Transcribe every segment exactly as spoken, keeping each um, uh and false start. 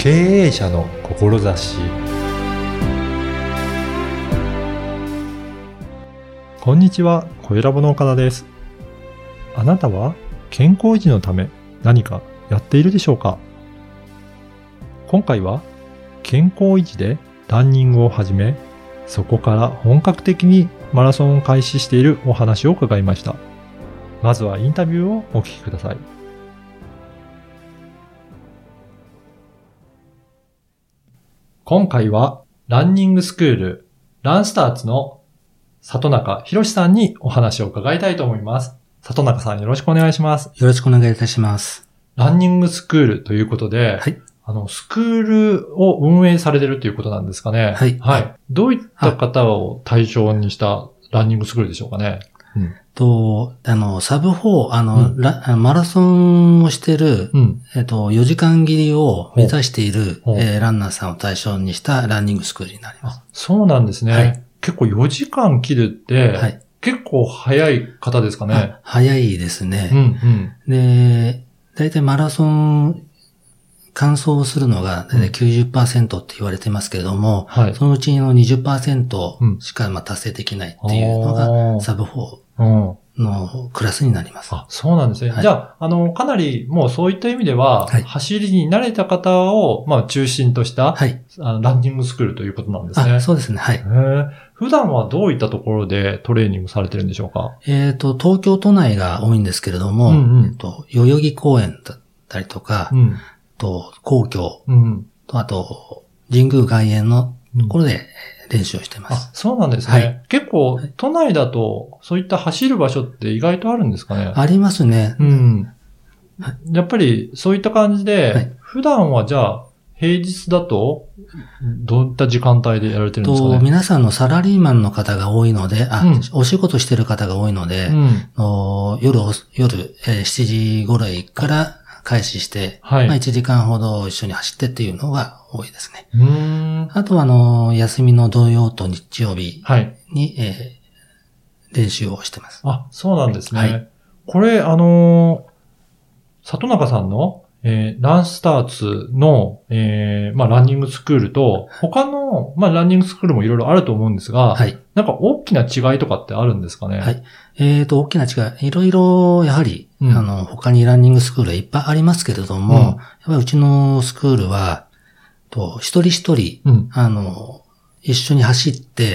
経営者の志。こんにちは、小ラボの岡田です。あなたは健康維持のため何かやっているでしょうか？今回は健康維持でランニングを始め、そこから本格的にマラソンを開始しているお話を伺いました。まずはインタビューをお聞きください。今回はランニングスクールランスターツの里中博さんにお話を伺いたいと思います。里中さん、よろしくお願いします。 よろしくお願いいたします。 ランニングスクールということで、はい、あのスクールを運営されているということなんですかね。 はい。 はい。どういった方を対象にしたランニングスクールでしょうかね。 うん、と、あの、サブフォー、あの、うん、マラソンをしてる、うん、えっと、よじかん切りを目指している、えー、ランナーさんを対象にしたランニングスクールになります。 あ、そうなんですね。はい、結構よじかん切るって、はい、結構早い方ですかね。 早いですね。 うんうん、 で、だいたいマラソン、完走するのが きゅうじゅっパーセント って言われてますけれども、うんはい、そのうちの にじゅっパーセント しかまあ達成できないっていうのがサブフォーのクラスになります。 あ、そうなんですね。はい、じゃあ、あの、かなりもうそういった意味では、はい、走りに慣れた方をまあ中心とした、はい、あのランニングスクールということなんですね。 あ、そうですね。はい。 普段はどういったところでトレーニングされてるんでしょうか？ えっと、東京都内が多いんですけれども、うんうん、えっと、代々木公園だったりとか、うんと、皇居、うん、と、あと、神宮外苑のところで練習をしています。 あ、そうなんですね。はい、結構、都内だと、そういった走る場所って意外とあるんですかね？ ありますね。 うん。やっぱり、そういった感じで、はい、普段はじゃあ、平日だと、どういった時間帯でやられてるんですかね？ と、皆さんのサラリーマンの方が多いので、あ、うん、お仕事してる方が多いので、うん、夜、夜、えー、しちじ頃から、開始して、はい、まあいちじかんほど一緒に走ってっていうのが多いですね。 うーんあとはあの、休みの土曜と日曜日に、はい、えー、練習をしてます。 あ、そうなんですね。はい、これ、あのー、里中さんの、えー、ランスターツの、えー、まあランニングスクールと、他の、まあランニングスクールもいろいろあると思うんですが、はい、なんか大きな違いとかってあるんですかね？ はい。えーと、大きな違い、いろいろ、やはり、うん、あの、他にランニングスクールはいっぱいありますけれども、うん、やっぱりうちのスクールは、と、一人一人、うん、あの、一緒に走って、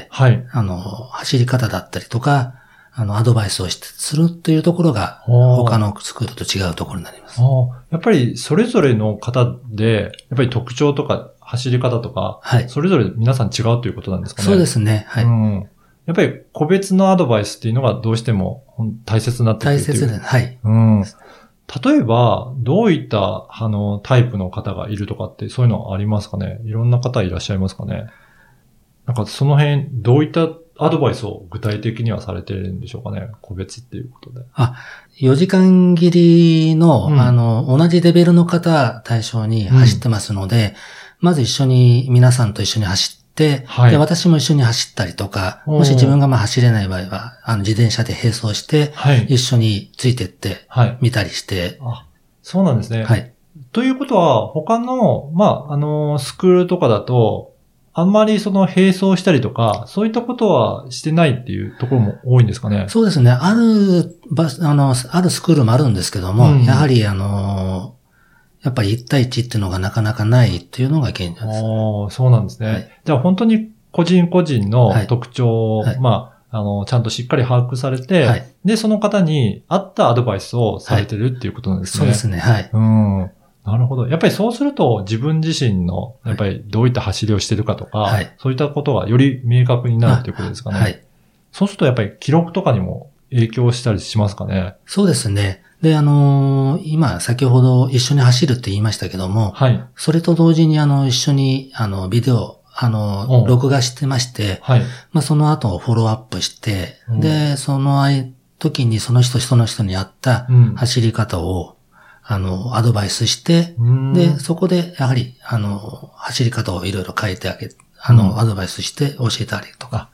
はい、あの、走り方だったりとか、あの、アドバイスをするというところが、他のスクールと違うところになります。 やっぱり、それぞれの方で、やっぱり特徴とか、走り方とか、はい、それぞれ皆さん違うということなんですかね？ そうですね。はい。うん、 やっぱり個別のアドバイスっていうのがどうしても大切になってくるっていう。 大切です。はい。 うん。例えば、どういった、あの、タイプの方がいるとかって、そういうのありますかね？いろんな方いらっしゃいますかね？なんかその辺、どういったアドバイスを具体的にはされてるんでしょうかね？個別っていうことで。 あ、よじかん切りの、うん、あの、同じレベルの方対象に走ってますので、うん、まず一緒に、皆さんと一緒に走って、で、はい、で、私も一緒に走ったりとか、もし自分がまあ走れない場合は、あの、自転車で並走して、はい、一緒についてって、見たりして、 はい。あ、そうなんですね。 はい。 ということは、他の、まあ、あの、スクールとかだと、あんまりその並走したりとか、そういったことはしてないっていうところも多いんですかね？ そうですね。ある、バス、あの、あるスクールもあるんですけども、うん、やはりあの、やっぱりいち対いちっていうのがなかなかないっていうのが現状です。 ああ、そうなんですね。はい、じゃあ本当に個人個人の特徴を、はいはい、まあ、あの、ちゃんとしっかり把握されて、はい、で、その方に合ったアドバイスをされてるっていうことなんですね。 そうですね。はい。 うん。なるほど。やっぱりそうすると自分自身の、やっぱりどういった走りをしてるかとか、はい、そういったことがより明確になるということですかね。はい。そうするとやっぱり記録とかにも影響したりしますかね？ そうですね。で、あのー、今、先ほど一緒に走るって言いましたけども、はい。それと同時に、あの、一緒に、あの、ビデオ、あの、録画してまして、はい。まあ、その後、フォローアップして、で、その時にその人、その人に合った走り方を、うん、あの、アドバイスして、で、そこで、やはり、あの、走り方をいろいろ変えてあげ、あの、うん、アドバイスして教えてあげるとか。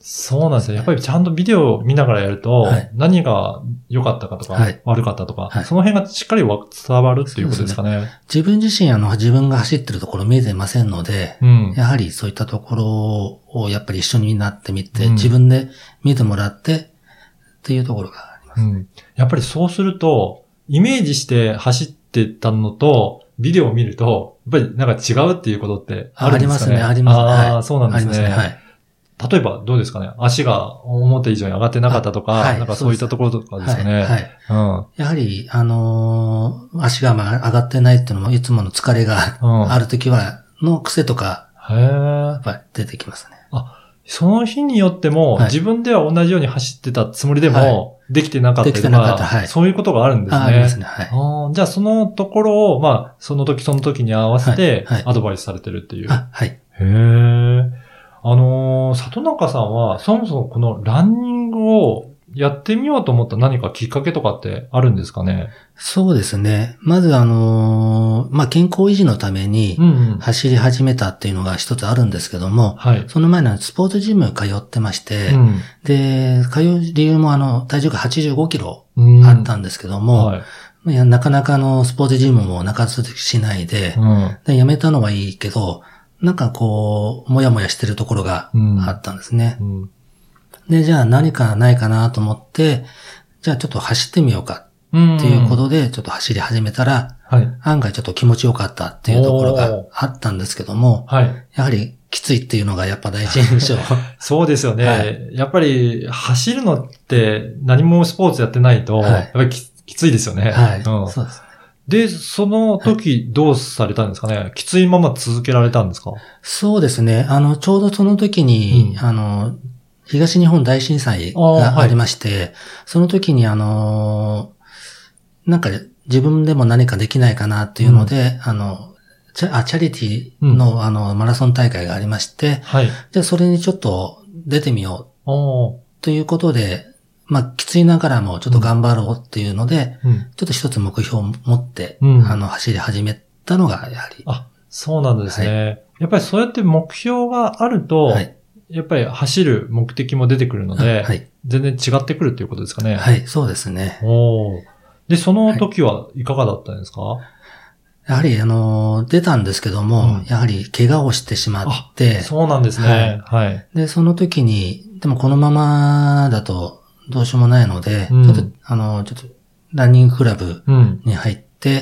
そうなんですよ。やっぱりちゃんとビデオを見ながらやると、はい、何が良かったかとか、はい、悪かったとか、はい、その辺がしっかり伝わるっていうことですかね。ね、 自分自身、あの、自分が走ってるところ見えてませんので、うん、やはりそういったところをやっぱり一緒になってみて、うん、自分で見てもらってっていうところがあります、ね。うん、 やっぱりそうすると、イメージして走ってたのと、ビデオを見ると、やっぱりなんか違うっていうことってあるんですかね。 ありますね、ありますね。 ああ、はい、そうなんですね。ありますね。はい。例えばどうですかね、足が思った以上に上がってなかったとか、はい、なんかそういったところとかですかね。はい。はい、 うん、やはり、あのー、足がまあ上がってないっていうのもいつもの疲れがあるときは、の癖とか、やっぱり出てきますね。 あ、その日によっても、はい、自分では同じように走ってたつもりでも、できてなかったりとか、はい、そういうことがあるんですね。 ありますね。はい。 あ、じゃあそのところを、まあ、その時その時に合わせて、アドバイスされてるっていう。 はい。はい、へー。あのー、里中さんは、そもそもこのランニングをやってみようと思った何かきっかけとかってあるんですかね？ そうですね。まずあのー、まあ、健康維持のために走り始めたっていうのが一つあるんですけども、うんうん、はい、その前のスポーツジム通ってまして、うん、で、通う理由もあの、体重がはちじゅうごキロあったんですけども、うん、はい、いやなかなかあの、スポーツジムも中続きしないで、うん、でやめたのはいいけど、なんかこう、もやもやしてるところがあったんですね。うんうん、で、じゃあ何かないかなと思って、じゃあちょっと走ってみようかっていうことで、ちょっと走り始めたら、はい、案外ちょっと気持ちよかったっていうところがあったんですけども、はい、やはりきついっていうのがやっぱ大事でしょう。 そうですよね、はい。やっぱり走るのって何もスポーツやってないと、やっぱり き, きついですよね。 はい、うん、そうです。 で、その時どうされたんですかね、はい、きついまま続けられたんですか？ そうですね。あの、ちょうどその時に、うん、あの、東日本大震災がありまして、はい、その時にあの、なんか自分でも何かできないかなっていうので、うん、あの、チャ、あ、チャリティーの、うん、あの、マラソン大会がありまして、はい、じゃあそれにちょっと出てみようということで、まあ、きついながらもちょっと頑張ろうっていうので、うん、ちょっと一つ目標を持って、うん、あの、走り始めたのが、やはり。 あ、そうなんですね。はい、やっぱりそうやって目標があると、はい、やっぱり走る目的も出てくるので、はい、全然違ってくるっていうことですかね。 はい、そうですね。 おー。で、その時はいかがだったんですか？はい、 やはり、あの、出たんですけども、うん、やはり怪我をしてしまって。 そうなんですね。はい。はい。 で、その時に、でもこのままだと、どうしようもないので、うん、ちょっと、あの、ちょっと、ランニングクラブに入って、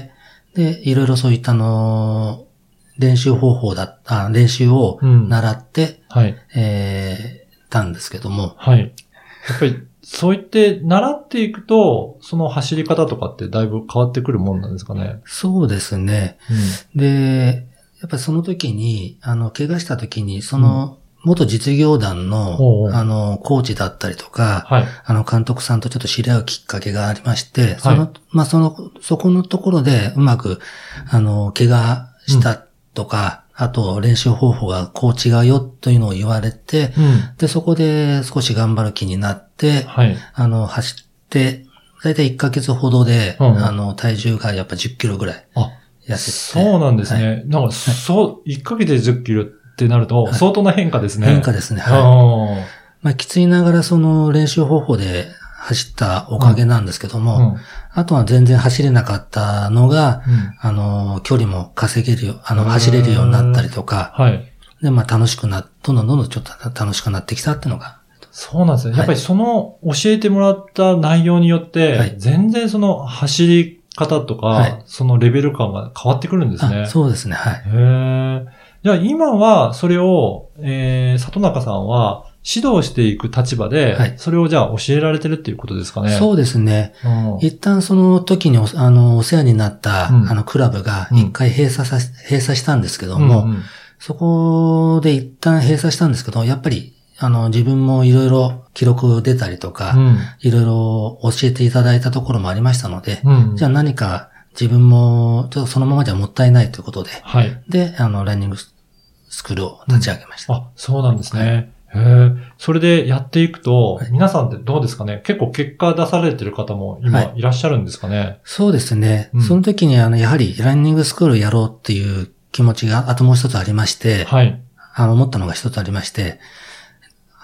うん、で、いろいろそういったの、練習方法だった、練習を習って、うん、はい。えー、たんですけども。 はい。やっぱり、そう言って習っていくと、その走り方とかってだいぶ変わってくるもんなんですかね？ そうですね。うん、で、やっぱりその時に、あの、怪我した時に、その、うん元実業団の、おうおうあの、コーチだったりとか、はい、あの、監督さんとちょっと知り合うきっかけがありまして、はい、その、まあ、その、そこのところでうまく、あの、怪我したとか、うん、あと、練習方法がこう違うよというのを言われて、うん、で、そこで少し頑張る気になって、はい、あの、走って、だいたいいっかげつほどで、うん、あの、体重がやっぱじゅっキロぐらい痩せて。 そうなんですね。はい、なんか、そう、いっかげつでじゅっキロってなると、相当な変化ですね。 はい、変化ですね。はい。まあ、きついながらその練習方法で走ったおかげなんですけども、うんうん、あとは全然走れなかったのが、うん、あの、距離も稼げるよ、あの、走れるようになったりとか、はい。で、まあ、楽しくな、どんどんどんどんちょっと楽しくなってきたっていうのが。 そうなんですね。はい、やっぱりその教えてもらった内容によって、はい、全然その走り方とか、はい、そのレベル感が変わってくるんですね。 そうですね。はい。 へー。じゃあ今はそれを、えー、里中さんは指導していく立場で、はい、それをじゃあ教えられてるっていうことですかね。 そうですね。うん、一旦その時に お, あのお世話になった、うん、あのクラブが一回閉鎖さ、うん、閉鎖したんですけども、うんうん、そこで一旦閉鎖したんですけど、やっぱりあの自分もいろいろ記録出たりとか、いろいろ教えていただいたところもありましたので、うん、じゃあ何か自分もちょっとそのままじゃもったいないということで、はい、で、あのランニングスクールを立ち上げました。 うん、あ、そうなんですね。はい、へえ。それでやっていくと、はい、皆さんってどうですかね？結構結果出されてる方も今いらっしゃるんですかね？はい、 そうですね。うん、その時にあの、やはりランニングスクールをやろうっていう気持ちがあともう一つありまして、はい。あの、思ったのが一つありまして、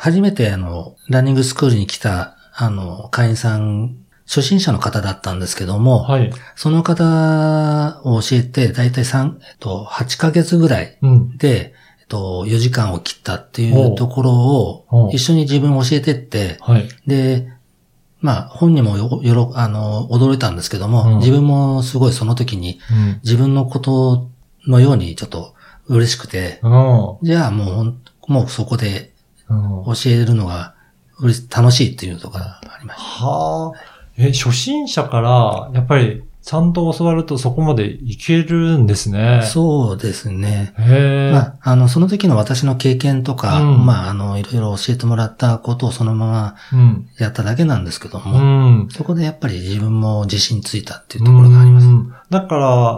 初めてあの、ランニングスクールに来た、あの、会員さん、初心者の方だったんですけども、はい、その方を教えて、だいたいさん、えっと、はちかげつぐらいで、うん、えっと、よじかんを切ったっていうところを、一緒に自分を教えてって、はい、で、まあ、本人もよ、よろ、あの、驚いたんですけども、うん、自分もすごいその時に、うん、自分のことのようにちょっと嬉しくて、うん、じゃあもう、もうそこで教えるのが楽しいっていうところがありました。 はあ。え、初心者から、やっぱり、ちゃんと教わるとそこまでいけるんですね。 そうですね。へまあ、あの、その時の私の経験とか、うん、まあ、あの、いろいろ教えてもらったことをそのままやっただけなんですけども、うん、そこでやっぱり自分も自信ついたっていうところがあります。うん、 だから、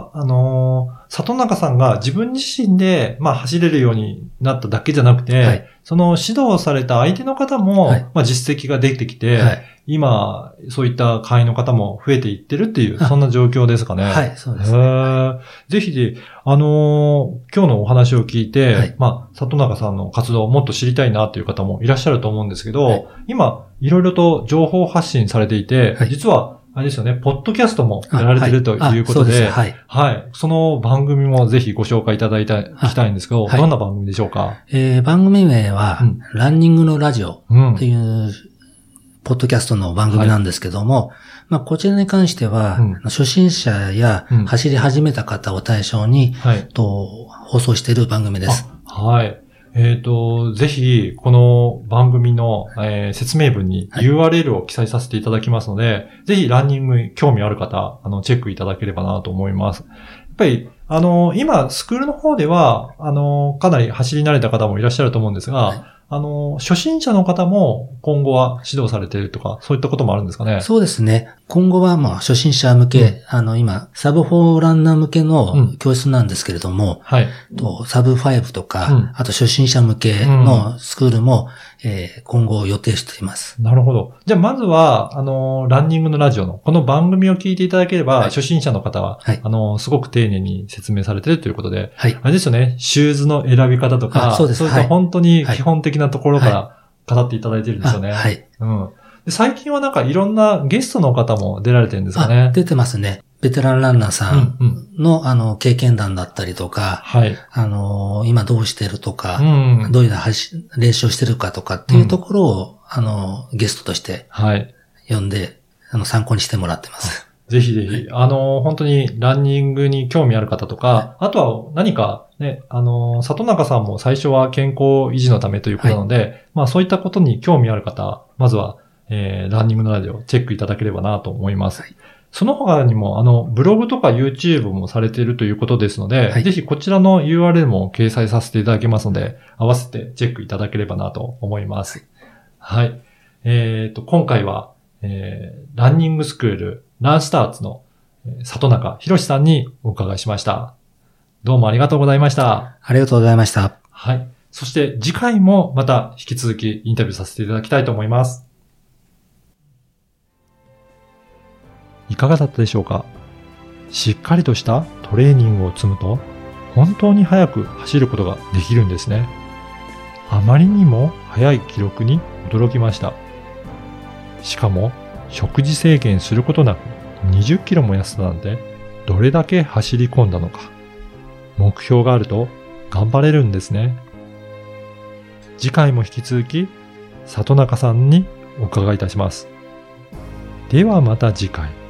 あのー、里中さんが自分自身で、まあ、走れるようになっただけじゃなくて、はい、その指導された相手の方も、はい、まあ、実績ができてきて、はい、今、そういった会員の方も増えていってるっていう、そんな状況ですかね。 はい、そうですね。 ぜひ、あのー、今日のお話を聞いて、はい、まあ、里中さんの活動をもっと知りたいなという方もいらっしゃると思うんですけど、はい、今、いろいろと情報発信されていて、はい、実は、あれですよね、ポッドキャストもやられてるということで、はい、はい。その番組もぜひご紹介いただいた、いきたいんですけど、はい、どんな番組でしょうか？ えー、番組名は、うん、ランニングのラジオという、うんポッドキャストの番組なんですけども、はい、まあ、こちらに関しては、うん、初心者や走り始めた方を対象に、うんはい、と放送している番組です。 はい。えっと、ぜひ、この番組の、えー、説明文に ユーアールエル を記載させていただきますので、はい、ぜひランニングに興味ある方、あの、チェックいただければなと思います。やっぱり、あの、今、スクールの方では、あの、かなり走り慣れた方もいらっしゃると思うんですが、はいあの、初心者の方も今後は指導されているとか、そういったこともあるんですかね？ そうですね。今後はまあ初心者向け、うん、あの今、サブフォーランナー向けの教室なんですけれども、うん、はい。とサブファイブとか、うん、あと初心者向けのスクールも、うんえー、今後予定しています。 なるほど。じゃあまずは、あの、ランニングのラジオのこの番組を聞いていただければ、はい、初心者の方は、はい、あの、すごく丁寧に説明されているということで、はい。あれですよね、シューズの選び方とか、そうです。そういった本当に基本的なところから語っていただいてるんですよね。はい。うん。で最近はなんかいろんなゲストの方も出られてるんですかね。 出てますね。ベテランランナーさんの、うんうん、あの、経験談だったりとか、はい。あの、今どうしてるとか、うんうん、どういう練習をしてるかとかっていうところを、うん、あの、ゲストとして、はい。呼んで、あの、参考にしてもらってます。 ぜひぜひ、はい、あの、本当にランニングに興味ある方とか、はい、あとは何かね、あの、里中さんも最初は健康維持のためということなので、はい、まあそういったことに興味ある方、まずは、えー、ランニングのラジオチェックいただければなと思います。はい、その他にも、あの、ブログとか YouTube もされているということですので、はい、ぜひこちらの ユーアールエル も掲載させていただきますので、合わせてチェックいただければなと思います。はい。えっと、今回は、えー、ランニングスクール、ランスターツの里中博さんにお伺いしました。どうもありがとうございました。 ありがとうございました。 はい。そして次回もまた引き続きインタビューさせていただきたいと思います。いかがだったでしょうか？しっかりとしたトレーニングを積むと本当に速く走ることができるんですね。あまりにも速い記録に驚きました。しかも食事制限することなくにじゅっキロも痩せたなんてどれだけ走り込んだのか。目標があると頑張れるんですね。次回も引き続き里中さんにお伺いいたします。ではまた次回。